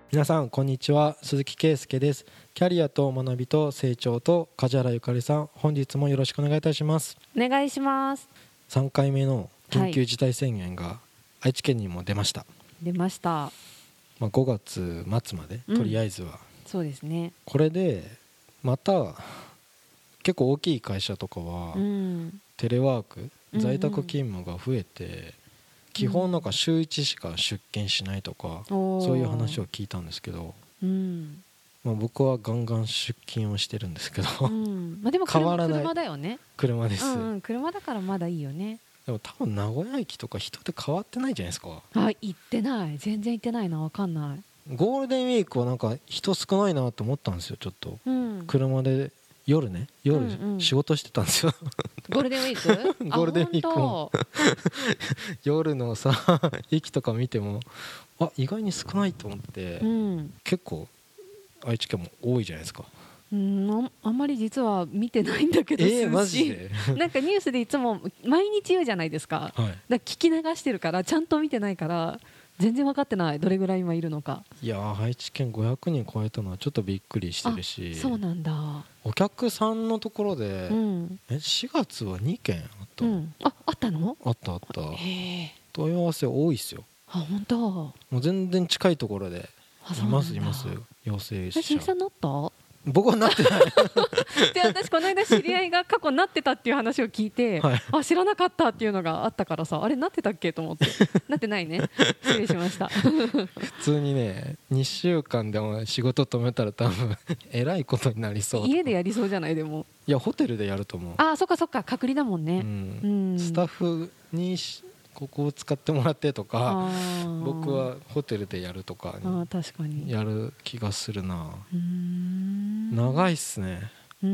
皆さんこんにちは、鈴木圭介です。キャリアと学びと成長と梶原ゆかりさん、本日もよろしくお願いいたします。 お願いします。 3回目の緊急事態宣言が愛知県にも出ました。 出ました。 5月末まで、とりあえずは、 そうですね。 これでまた結構大きい会社とかは、テレワーク、在宅勤務が増えて、基本なんか週1しか出勤しないとか、そういう話を聞いたんですけど、僕はガンガン出勤をしてるんですけど、 でも変わらない。 車だよね。 車です、 車だからまだいいよね。 でも多分名古屋駅とか人って変わってないじゃないですか。 行ってない、全然行ってないな、分かんない。 ゴールデンウィークはなんか人少ないなと思ったんですよ。ちょっと、車で夜仕事してたんですよ。 ゴールデンウィークゴールデンウィークも夜のさ駅とか見ても意外に少ないと思って、結構愛知県も多いじゃないですか。 あんまり実は見てないんだけど、 マジでなんかニュースでいつも毎日言うじゃないですか、だから聞き流してるからちゃんと見てないから全然分かってない、どれぐらい今いるのか。 いや愛知県500人超えたのはちょっとびっくりしてるし。 そうなんだ。 お客さんのところで、4月は2件あった、 あったの？ あった。問い合わせ多いっすよ。 本当。 もう全然近いところでいます陽性者。 鈴木さんなった？ 僕はなってないで、私この間知り合いが過去なってたっていう話を聞いて、知らなかったっていうのがあったからさ、あれなってたっけと思って。なってないね、失礼しました普通にね、2週間でも仕事止めたら多分えらいことになりそう。 家でやりそうじゃない？でもいやホテルでやると思う。 そっか隔離だもんね。 スタッフにここを使ってもらってとか、僕はホテルでやるとか確かにやる気がするな。長いっすね。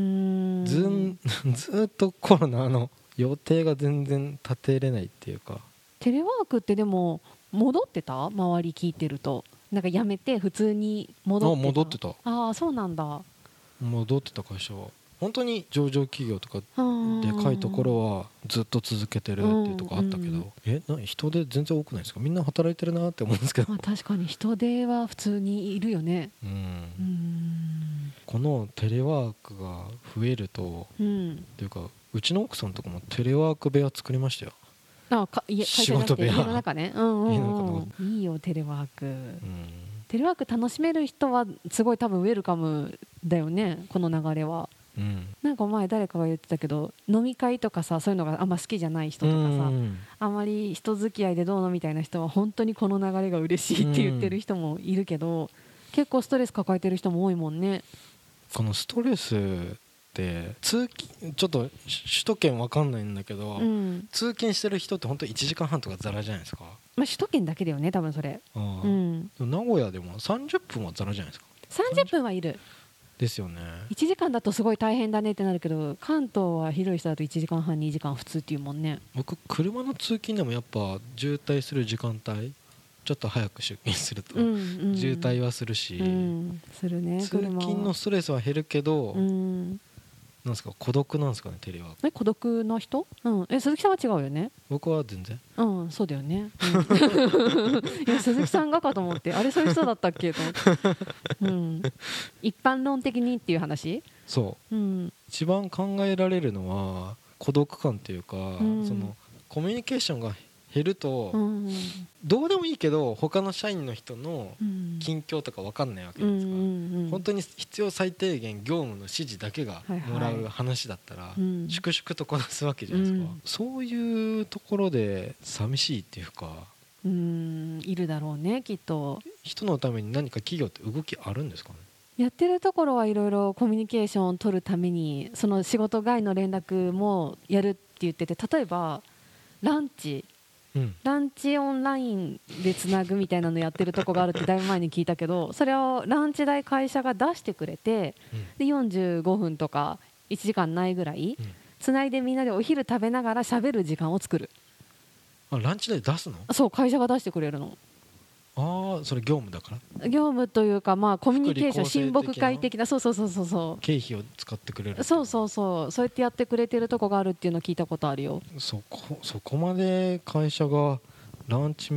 ずっとコロナの予定が全然立てれないっていうか。 テレワークってでも戻ってた？周り聞いてるとなんかやめて普通に戻ってた。そうなんだ。 戻ってた会社は本当に上場企業とかでかいところはずっと続けてるっていうところあったけど、人手全然多くないですか？みんな働いてるなって思うんですけど。 確かに人手は普通にいるよね。 このテレワークが増えると、っていうかうちの奥さんとかもテレワーク部屋作りましたよ。 仕事部屋、家の中ね。いいよテレワーク。テレワーク楽しめる人はすごい多分ウェルカムだよね、この流れは。なんか前誰かが言ってたけど、飲み会とかさ、そういうのがあんま好きじゃない人とかさ、あんまり人付き合いでどうのみたいな人は本当にこの流れが嬉しいって言ってる人もいるけど、結構ストレス抱えてる人も多いもんね。 このストレスって通勤、ちょっと首都圏わかんないんだけど、通勤してる人って本当1時間半とかザラじゃないですか。 首都圏だけだよね多分それ。 名古屋でも30分はザラじゃないですか。 30分はいるですよね。 1時間だとすごい大変だねってなるけど、関東は広い人だと1時間半2時間普通っていうもんね。 僕車の通勤でもやっぱ渋滞する時間帯ちょっと早く出勤すると渋滞はするし、 するね。 通勤のストレスは減るけど、なんですか、孤独なんですかねテレワーク。 孤独な人？鈴木さんは違うよね。 僕は全然そうだよね。いや鈴木さんがかと思って、あれそういう人だったっけと思って。一般論的にっていう話。 そう、一番考えられるのは孤独感っていうか、そのコミュニケーションが減ると、どうでもいいけど他の社員の人の近況とか分かんないわけですから、本当に必要最低限業務の指示だけがもらう話だったら、粛々とこなすわけじゃないですか。そういうところで寂しいっていうか、 いるだろうねきっと。 人のために何か企業って動きあるんですかね。 やってるところはいろいろコミュニケーションを取るために、その仕事外の連絡もやるって言ってて、例えばランチオンラインでつなぐみたいなのやってるとこがあるってだいぶ前に聞いたけど、それをランチ代会社が出してくれて、で45分とか1時間ないぐらいつないでみんなでお昼食べながら喋る時間を作る。 ランチ代出すの？ そう、会社が出してくれるの。 それ業務だから。 業務というか、コミュニケーション、親睦会的な、そう経費を使ってくれる。 そうやってやってくれてるとこがあるっていうのを聞いたことあるよ。 そこまで会社がランチミー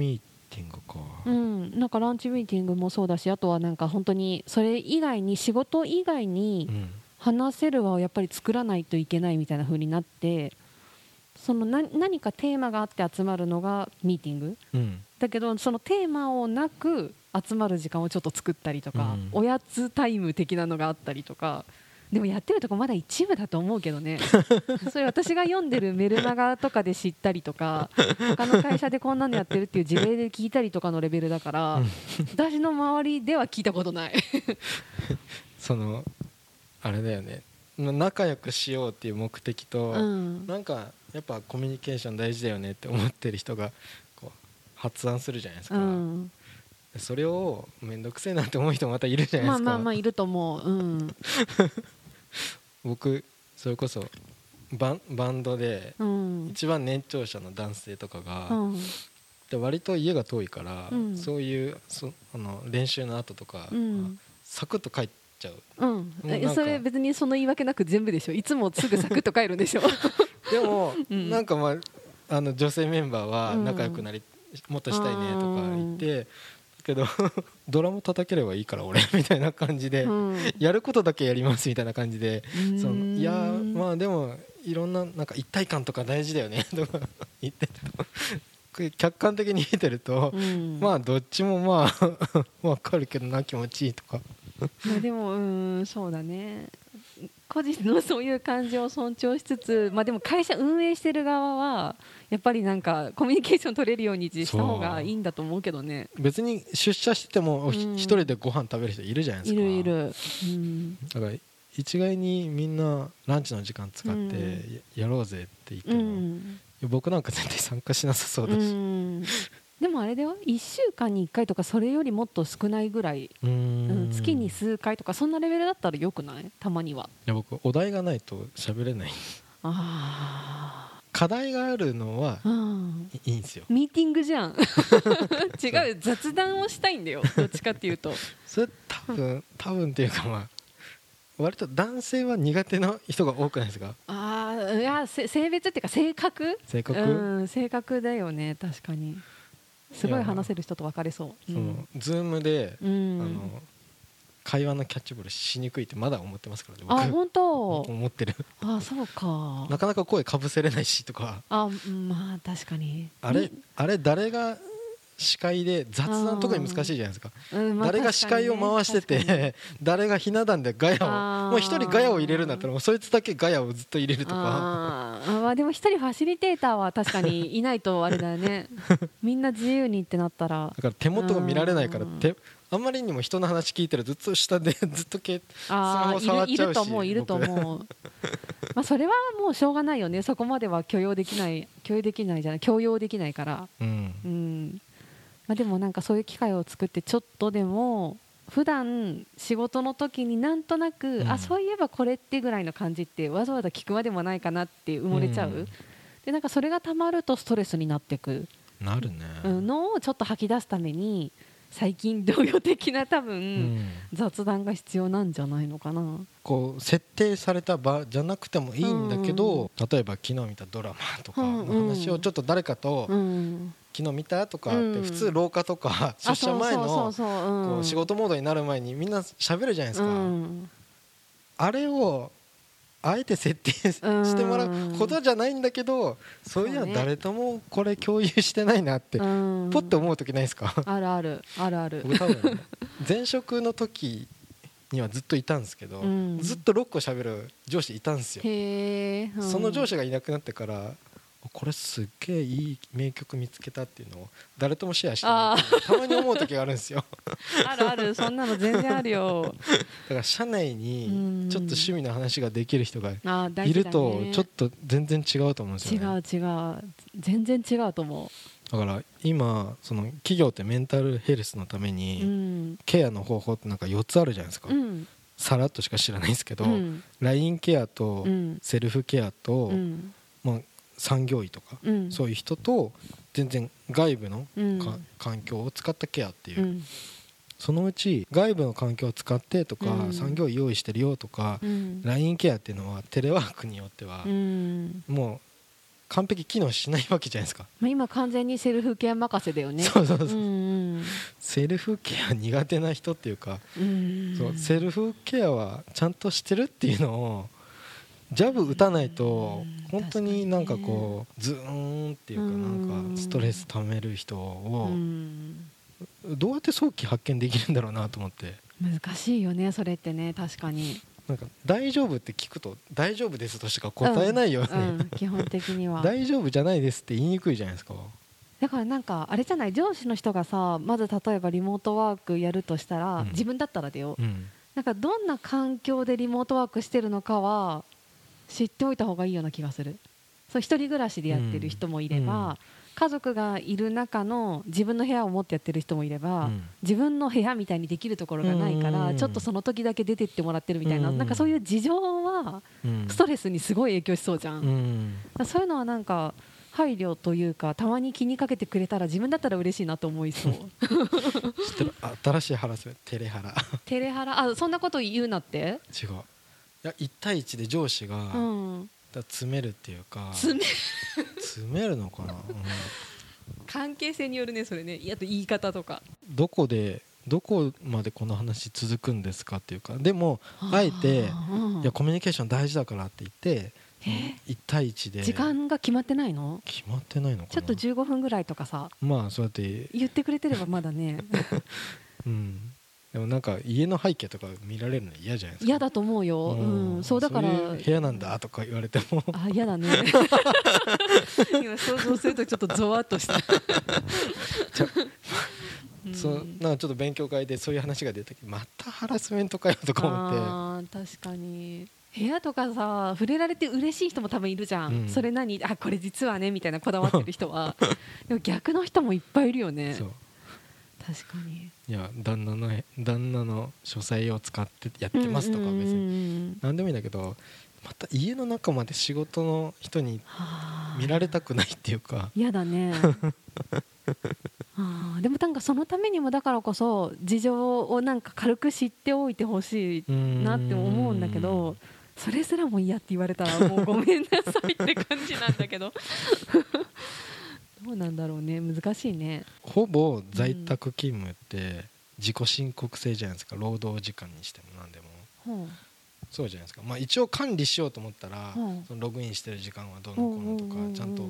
ティングか、 なんかランチミーティングもそうだし、あとはなんか本当にそれ以外に仕事以外に話せる輪をやっぱり作らないといけないみたいな風になって、その何かテーマがあって集まるのがミーティング、だけどそのテーマをなく集まる時間をちょっと作ったりとか、おやつタイム的なのがあったりとか。でもやってるとこまだ一部だと思うけどねそれ私が読んでるメルマガとかで知ったりとか、他の会社でこんなのやってるっていう事例で聞いたりとかのレベルだから私の周りでは聞いたことないそのあれだよね、仲良くしようっていう目的と、なんかやっぱコミュニケーション大事だよねって思ってる人がこう発案するじゃないですか、それをめんどくせえなって思う人もまたいるじゃないですか。 まあいると思う、 僕それこそバンドで一番年長者の男性とかが、で割と家が遠いから、そういう練習の後とか、サクッと帰っちゃう、 それ別にその言い訳なく全部でしょ。いつもすぐサクッと帰るんでしょでも、なんかまあ女性メンバーは仲良くなり、もっとしたいねとか言ってけどドラム叩ければいいから俺みたいな感じで、やることだけやりますみたいな感じで、いやまあでもいろんな、 なんか一体感とか大事だよねとか言ってて客観的に見てると、まあどっちもまあ分かるけどな気持ちいいとかまあでもそうだね、個人のそういう感じを尊重しつつ、でも会社運営してる側はやっぱりなんかコミュニケーション取れるようにした方がいいんだと思うけどね。 別に出社してても一人でご飯食べる人いるじゃないですか。 いる、 だから一概にみんなランチの時間使ってやろうぜって言っても、僕なんか絶対参加しなさそうだし、 でもあれだよ、1週間に1回とかそれよりもっと少ないぐらい、月に数回とかそんなレベルだったらよくない？たまには。 いや僕お題がないと喋れない。課題があるのはいいんですよ。 ミーティングじゃん違う、雑談をしたいんだよ、どっちかっていうとそれ多分っていうか、まあ割と男性は苦手な人が多くないですか？ いや性別っていうか性格だよね。確かにすごい話せる人と別れそう。 ズームで会話のキャッチボールしにくいってまだ思ってますからね。僕本当思ってる。 そうか。 なかなか声かぶせれないしとか。 まあ確かに。 あれ誰が司会で雑談特に難しいじゃないですか。誰が司会を回してて誰がひな壇でガヤを、もう一人ガヤを入れるんだったらもうそいつだけガヤをずっと入れるとか。 でも一人ファシリテーターは確かにいないとあれだよねみんな自由にってなったら。 だから手元が見られないからあんまりにも人の話聞いたらずっと下でずっとスマホ触っちゃうし。 いると思うそれはもうしょうがないよね。そこまでは許容できない強要できないから。でもなんかそういう機会を作ってちょっとでも普段仕事の時になんとなく、そういえばこれってぐらいの感じってわざわざ聞くまでもないかなって埋もれちゃう、でなんかそれがたまるとストレスになってくなるね、 のをちょっと吐き出すために最近同様的な多分、雑談が必要なんじゃないのかな。 こう設定された場じゃなくてもいいんだけど、例えば昨日見たドラマとかの話をちょっと誰かと、昨日見たとかって普通廊下とか出社前の仕事モードになる前にみんな喋るじゃないですか、あれをあえて設定してもらうほどじゃないんだけど、そういや誰ともこれ共有してないなってポッと思う時ないですか？ あるある僕多分前職の時にはずっといたんですけど、ずっと6個喋る上司いたんですよ。その上司がいなくなってからこれすっげえいい名曲見つけたっていうのを誰ともシェアしてないたまに思う時があるんですよあるそんなの全然あるよだから社内にちょっと趣味の話ができる人がいるとちょっと全然違うと思うんですよね。 違う全然違うと思う。 だから今その企業ってメンタルヘルスのためにケアの方法ってなんか4つあるじゃないですか、さらっとしか知らないですけど、LINE ケアとセルフケアと、産業医とか、そういう人と全然外部の、環境を使ったケアっていう、そのうち外部の環境を使ってとか、産業医用意してるよとか、LINE ケアっていうのはテレワークによっては、もう完璧機能しないわけじゃないですか。 今完全にセルフケア任せだよね。 そうそうそう、セルフケア苦手な人っていうか、そうセルフケアはちゃんとしてるっていうのをジャブ打たないと本当になんかこうズーンっていうかなんかストレス溜める人をどうやって早期発見できるんだろうなと思って。 難しいよねそれってね。確かになんか大丈夫って聞くと大丈夫ですとしか答えないよね、 基本的には大丈夫じゃないですって言いにくいじゃないですか。 だからなんかあれじゃない、上司の人がさまず例えばリモートワークやるとしたら、自分だったらだよ、なんかどんな環境でリモートワークしてるのかは知っておいた方がいいような気がする。そう一人暮らしでやってる人もいれば、家族がいる中の自分の部屋を持ってやってる人もいれば、自分の部屋みたいにできるところがないから、ちょっとその時だけ出てってもらってるみたいな、なんかそういう事情はストレスにすごい影響しそうじゃん、そういうのはなんか配慮というか、たまに気にかけてくれたら自分だったら嬉しいなと思いそう。知ってる、新しいハラスメント、テレハラ。 テレハラ、あ、そんなこと言うなって。 違う、いや1対1で上司が、詰めるっていうか、詰めるのかな、 関係性によるねそれね。あと言い方とか、 どこまでこの話続くんですかっていうか、でもあえていやコミュニケーション大事だからって言って1対1で。 時間が決まってないの？ 決まってないのかな。 ちょっと15分ぐらいとかさ、 まあそうやって言ってくれてればまだねでもなんか家の背景とか見られるの嫌じゃないですか。 嫌だと思うよ、そうだからそういう部屋なんだとか言われてもあ、嫌だね今想像するとちょっとゾワッとしたそうなんかちょっと勉強会でそういう話が出たけど、またハラスメントかよとか思って。確かに部屋とかさ触れられて嬉しい人も多分いるじゃん、それ何、あ、これ実はねみたいなこだわってる人はでも逆の人もいっぱいいるよね。そう、確かに。 いや旦那の書斎を使ってやってますとか別に何でもいいんだけど、また家の中まで仕事の人に見られたくないっていうか嫌だねでもなんかそのためにもだからこそ事情をなんか軽く知っておいてほしいなって思うんだけど、それすらも嫌って言われたらもうごめんなさいって感じなんだけどどうなんだろうね、難しいね。 ほぼ在宅勤務って自己申告制じゃないですか、労働時間にしても何でも、そうじゃないですか。まあ一応管理しようと思ったら、そのログインしてる時間はどうのこうのとかちゃんと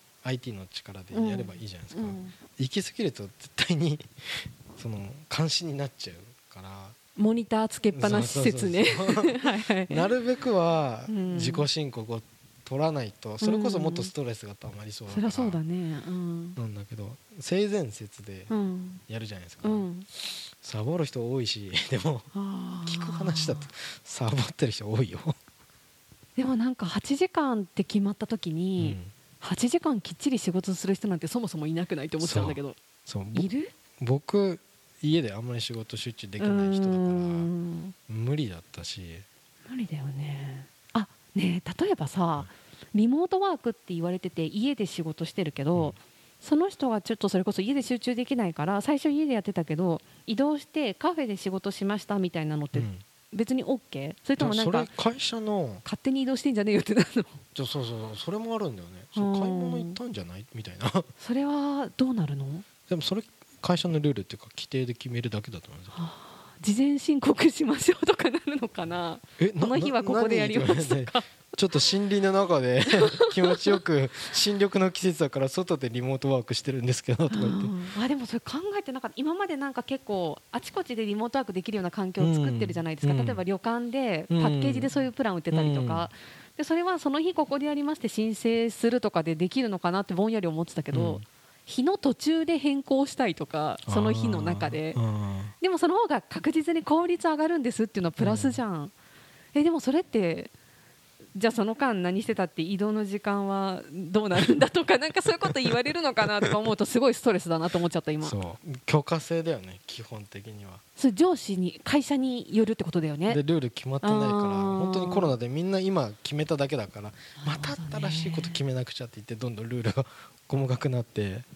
IT の力でやればいいじゃないですか、行き過ぎると絶対にその監視になっちゃうから、 モニターつけっぱなし施設ねなるべくは自己申告を取らないと、それこそもっとストレスがたまりそうだから、 そりゃそうだね、 なんだけど性善説でやるじゃないですか、サボる人多いし、でも聞く話だとサボってる人多いよでもなんか8時間って決まった時に、8時間きっちり仕事する人なんてそもそもいなくないって思っちゃうんだけど、いる？ 僕家であんまり仕事集中できない人だから無理だったし。 無理だよね。あ、ねえ、例えばさ、リモートワークって言われてて家で仕事してるけど、その人がちょっとそれこそ家で集中できないから最初家でやってたけど移動してカフェで仕事しましたみたいなのって別に OK？ それともなんか会社の勝手に移動してんじゃねえよってなるの？ そうそれもあるんだよね。買い物行ったんじゃないみたいなそれはどうなるの？ でもそれ会社のルールっていうか規定で決めるだけだと思うんですよ。 事前申告しましょうとかなるのかな。この日はここでやりますとかちょっと森林の中で気持ちよく新緑の季節だから外でリモートワークしてるんですけどとか言ってでもそれ考えてなかった。今までなんか結構あちこちでリモートワークできるような環境を作ってるじゃないですか、例えば旅館でパッケージでそういうプラン売ってたりとか、でそれはその日ここでやりますって申請するとかでできるのかなってぼんやり思ってたけど、日の途中で変更したいとか、その日の中ででもその方が確実に効率上がるんですっていうのはプラスじゃん、でもそれってじゃあその間何してたって移動の時間はどうなるんだとかなんかそういうこと言われるのかなとか思うとすごいストレスだなと思っちゃった今。 そう許可制だよね基本的には。 それ上司に会社によるってことだよね。 でルール決まってないから本当にコロナでみんな今決めただけだからまた新しいこと決めなくちゃって言ってどんどんルールが細かくなって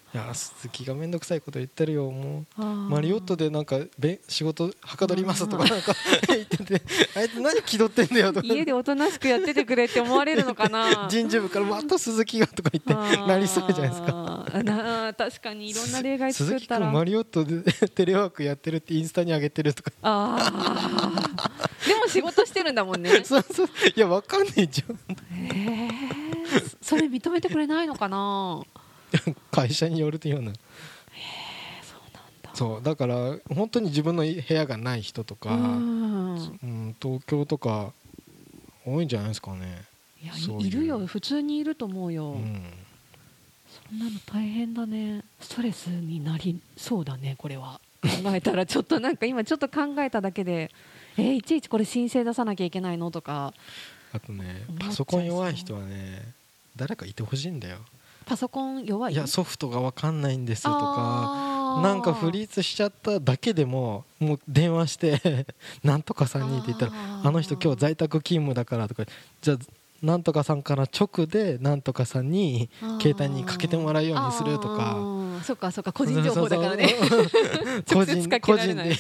いや鈴木がめんどくさいこと言ってるよ。もうマリオットでなんか仕事はかどりますとかなんか言ってて、あいつ何気取ってんだよとか、 家でおとなしくやっててくれって思われるのかな人事部からまた鈴木がとか言ってなりそうじゃないですか。 確かにいろんな例外作ったら、 鈴木君マリオットでテレワークやってるってインスタに上げてるとか。 でも仕事してるんだもんね。 そうそう、いやわかんないじゃん。 それ認めてくれないのかな。 会社によるというような。 そうなんだ。 そうだから本当に自分の部屋がない人とか、東京とか多いんじゃないですかね。 いやいるよ、普通にいると思うよ、そんなの大変だね。ストレスになりそうだね。これは考えたらちょっとなんか今ちょっと考えただけでいちいちこれ申請出さなきゃいけないのとか。 あとね、パソコン弱い人はね誰かいてほしいんだよ。 パソコン弱い？ いやソフトが分かんないんですとか、なんかフリーズしちゃっただけでももう電話してなんとかさんにって言ったら、あの人今日在宅勤務だからとか、じゃあなんとかさんから直でなんとかさんに携帯にかけてもらうようにするとか。 そっかそっか、個人情報だからね。 個人で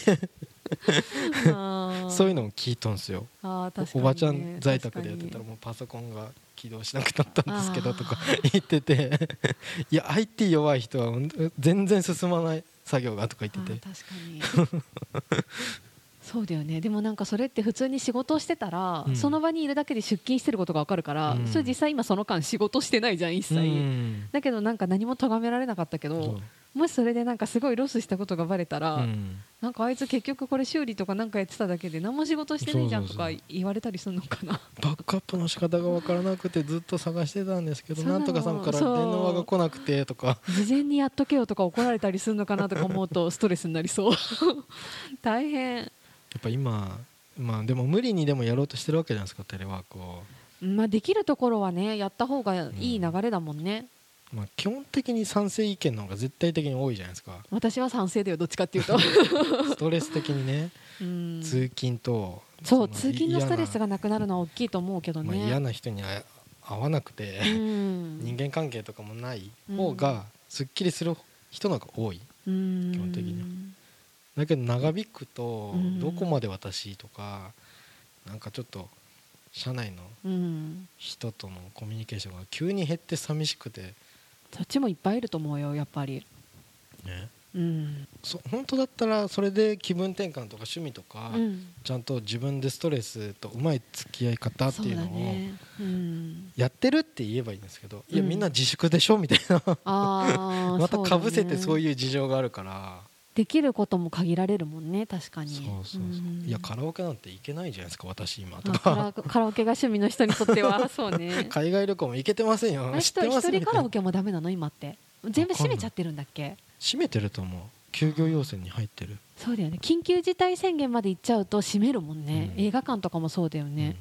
そういうのも聞いたんですよ。おばちゃん在宅でやってたらもうパソコンが起動しなくなったんですけどとか言ってていや IT 弱い人は全然進まない作業がとか言ってて。 確かにそうだよね。でもなんかそれって普通に仕事をしてたら、その場にいるだけで出勤してることが分かるから、それ実際今その間仕事してないじゃん一切、だけどなんか何も咎められなかったけど、もしそれでなんかすごいロスしたことがバレたら、なんかあいつ結局これ修理とかなんかやってただけで何も仕事してないじゃんとか言われたりするのかな。 バックアップの仕方が分からなくてずっと探してたんですけど、なんとかさんから電話が来なくてとか、 事前にやっとけよとか怒られたりするのかなとか思うとストレスになりそう大変。 やっぱ今、でも無理にでもやろうとしてるわけじゃないですか、テレワークを。 できるところはねやった方がいい流れだもんね。 基本的に賛成意見の方が絶対的に多いじゃないですか。 私は賛成だよ、どっちかっていうとストレス的にね、通勤とそう通勤のストレスがなくなるのは大きいと思うけどね。 嫌な人に会わなくて人間関係とかもない方がすっきりする人の方が多い、基本的には。だけど長引くとどこまで私とか、なんかちょっと社内の人とのコミュニケーションが急に減って寂しくて。 そっちもいっぱいいると思うよやっぱりね。本当だったらそれで気分転換とか趣味とか、ちゃんと自分でストレスとうまい付き合い方っていうのをやってるって言えばいいんですけど、いやみんな自粛でしょみたいなまたかぶせてそういう事情があるからできることも限られるもんね。確かに。 いやカラオケなんて行けないじゃないですか私今とかカラオケが趣味の人にとってはそうね海外旅行も行けてませんよ。 一人カラオケもダメなの今って？全部閉めちゃってるんだっけ？ 閉めてると思う。休業要請に入ってる。 そうだよね。緊急事態宣言まで行っちゃうと閉めるもんね、映画館とかもそうだよね、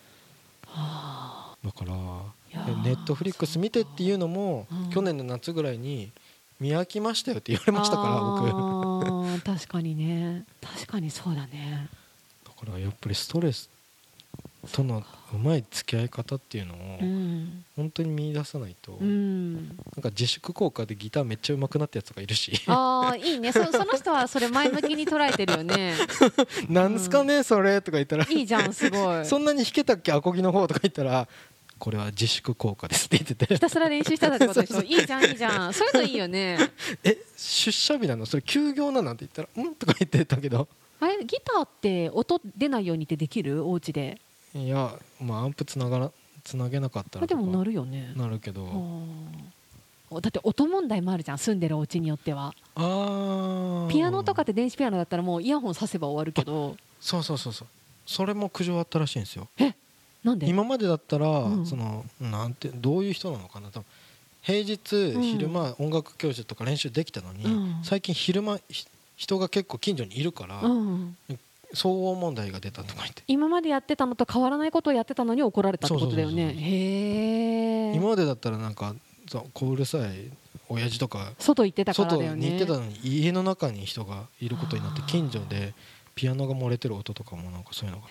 だからネットフリックス見てっていうのも、去年の夏ぐらいに見飽きましたよって言われましたから僕確かにね。確かにそうだね。 だからやっぱりストレスとのうまい付き合い方っていうのを本当に見出さないと、なんか自粛効果でギターめっちゃ上手くなったやつがいるしいいね。その人はそれ前向きに捉えてるよねなんすかねそれとか言ったらいいじゃんすごいそんなに弾けたっけアコギの方とか言ったらこれは自粛効果ですって言っててひたすら練習したってことでしょいいじゃんいいじゃん。そういうのいいよね出社日なのそれ休業なのって言ったらとか言ってたけど、 あれギターって音出ないようにってできる？お家で。 いやアンプつなげなかったらでもなるよね。 なるけどだって音問題もあるじゃん住んでるお家によっては。ピアノとかって電子ピアノだったらもうイヤホンさせば終わるけど。そうそれも苦情あったらしいんですよ。 なんで？ 今までだったら、なんてどういう人なのかな。多分平日、昼間音楽教室とか練習できたのに、最近昼間人が結構近所にいるから、騒音問題が出たとか言って。 今までやってたのと変わらないことをやってたのに怒られたってことだよね。へえ。 今までだったらなんかこううるさい親父とか外行ってたからだよね。 外に行ってたのに家の中に人がいることになって、近所でピアノが漏れてる音とかもなんかそういうのが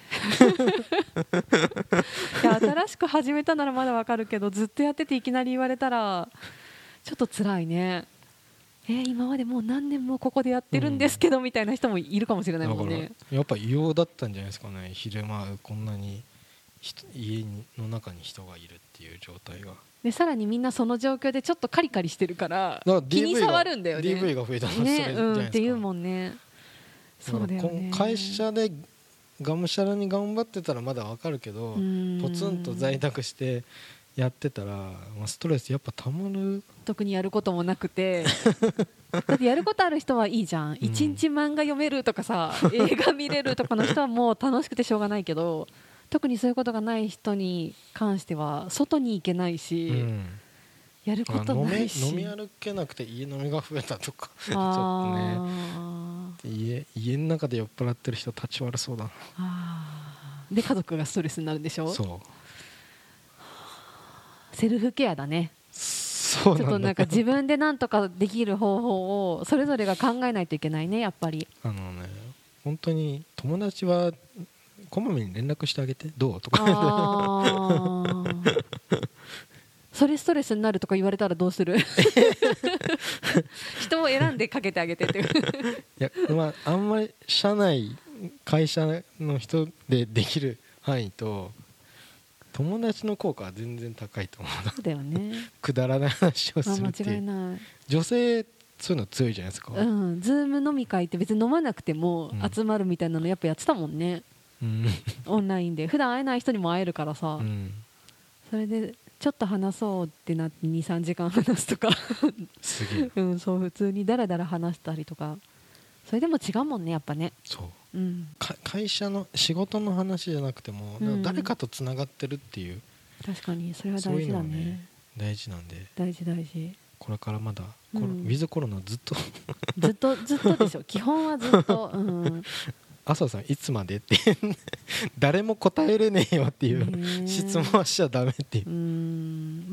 いや新しく始めたならまだわかるけどずっとやってていきなり言われたらちょっと辛いね。 今までもう何年もここでやってるんですけど、みたいな人もいるかもしれないもんね。 やっぱ異様だったんじゃないですかね。昼間こんなに家の中に人がいるっていう状態が。 でさらにみんなその状況でちょっとカリカリしてるから気に障るんだよね。 DV が増えたのはそれじゃないですか、 っていうもんね。そうだよね。 会社でがむしゃらに頑張ってたらまだわかるけど、ポツンと在宅してやってたら、ストレスやっぱたまる。 特にやることもなくてだってやることある人はいいじゃん。一日漫画読めるとかさ、映画見れるとかの人はもう楽しくてしょうがないけど、特にそういうことがない人に関しては外に行けないし、やることないし、 飲み歩けなくて家飲みが増えたとかちょっとね、家の中で酔っ払ってる人立ち悪そうだな。 で家族がストレスになるでしょ。 そう、 セルフケアだね。 そうなんだ。 ちょっとなんか自分で何とかできる方法をそれぞれが考えないといけないね、やっぱり。 本当に友達はこまめに連絡してあげてどうとかそれストレスになるとか言われたらどうする人を選んでかけてあげてっていういや、あんまり社内会社の人でできる範囲と友達の効果は全然高いと思う。 そうだよね。 くだらない話をするっていう。 間違いない。 女性そういうの強いじゃないですか。 ズーム飲み会って別に飲まなくても集まるみたいなのやっぱやってたもんね、オンラインで普段会えない人にも会えるからさ、それでちょっと話そうってなって 2,3 時間話すとかすげえ、 そう普通にだらだら話したりとか、それでも違うもんね、やっぱね。 そう、会社の仕事の話じゃなくても、誰かとつながってるっていう、 確かにそれは大事だね。 大事なんで、 大事。 これからまだウィズコロナずっとずっとでしょ。基本はずっと、 麻生さんいつまでって誰も答えれねえよっていう質問はしちゃダメっていう。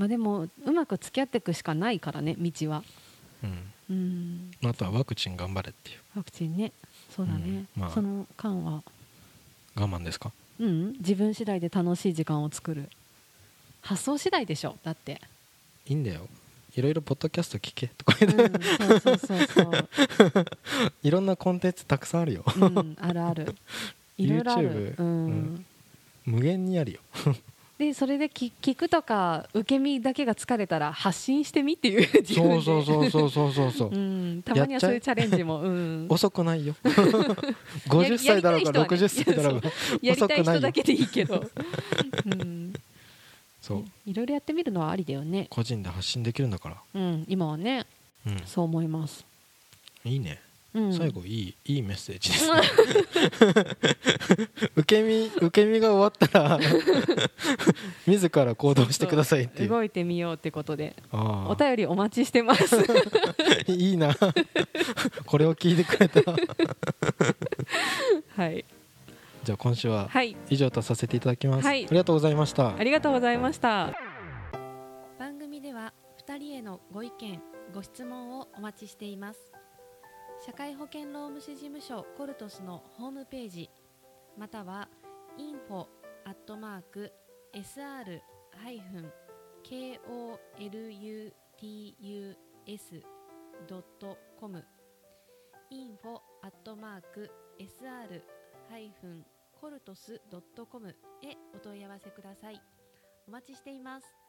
でもうまく付き合っていくしかないからね、道は。 あとはワクチン頑張れっていう。 ワクチンね、そうだね、その間は我慢ですか。 自分次第で楽しい時間を作る。発想次第でしょ。だっていいんだよ、いろいろポッドキャスト聞けとか言って、 そういろんなコンテンツたくさんあるよ、 あるいろいろある、 無限にあるよでそれで聞くとか受け身だけが疲れたら発信してみっていう自分でそうたまにはそういうチャレンジも、 遅くないよ50歳だろうが60歳だろうがやりたい人だけでいいけどそういろいろやってみるのはありだよね。 個人で発信できるんだから、 今はね、そう思います。 いいね、最後いいメッセージですね受け身が終わったら自ら行動してくださいっていう、 動いてみようってことでお便りお待ちしてますいいなこれを聞いてくれたはい、 じゃあ今週は以上とさせていただきます、ありがとうございました。 ありがとうございました。番組では2人へのご意見ご質問をお待ちしています。社会保険労務士事務所コルトスのホームページまたは info@sr-koluts.com info@sr-coltos.com へお問い合わせください。お待ちしています。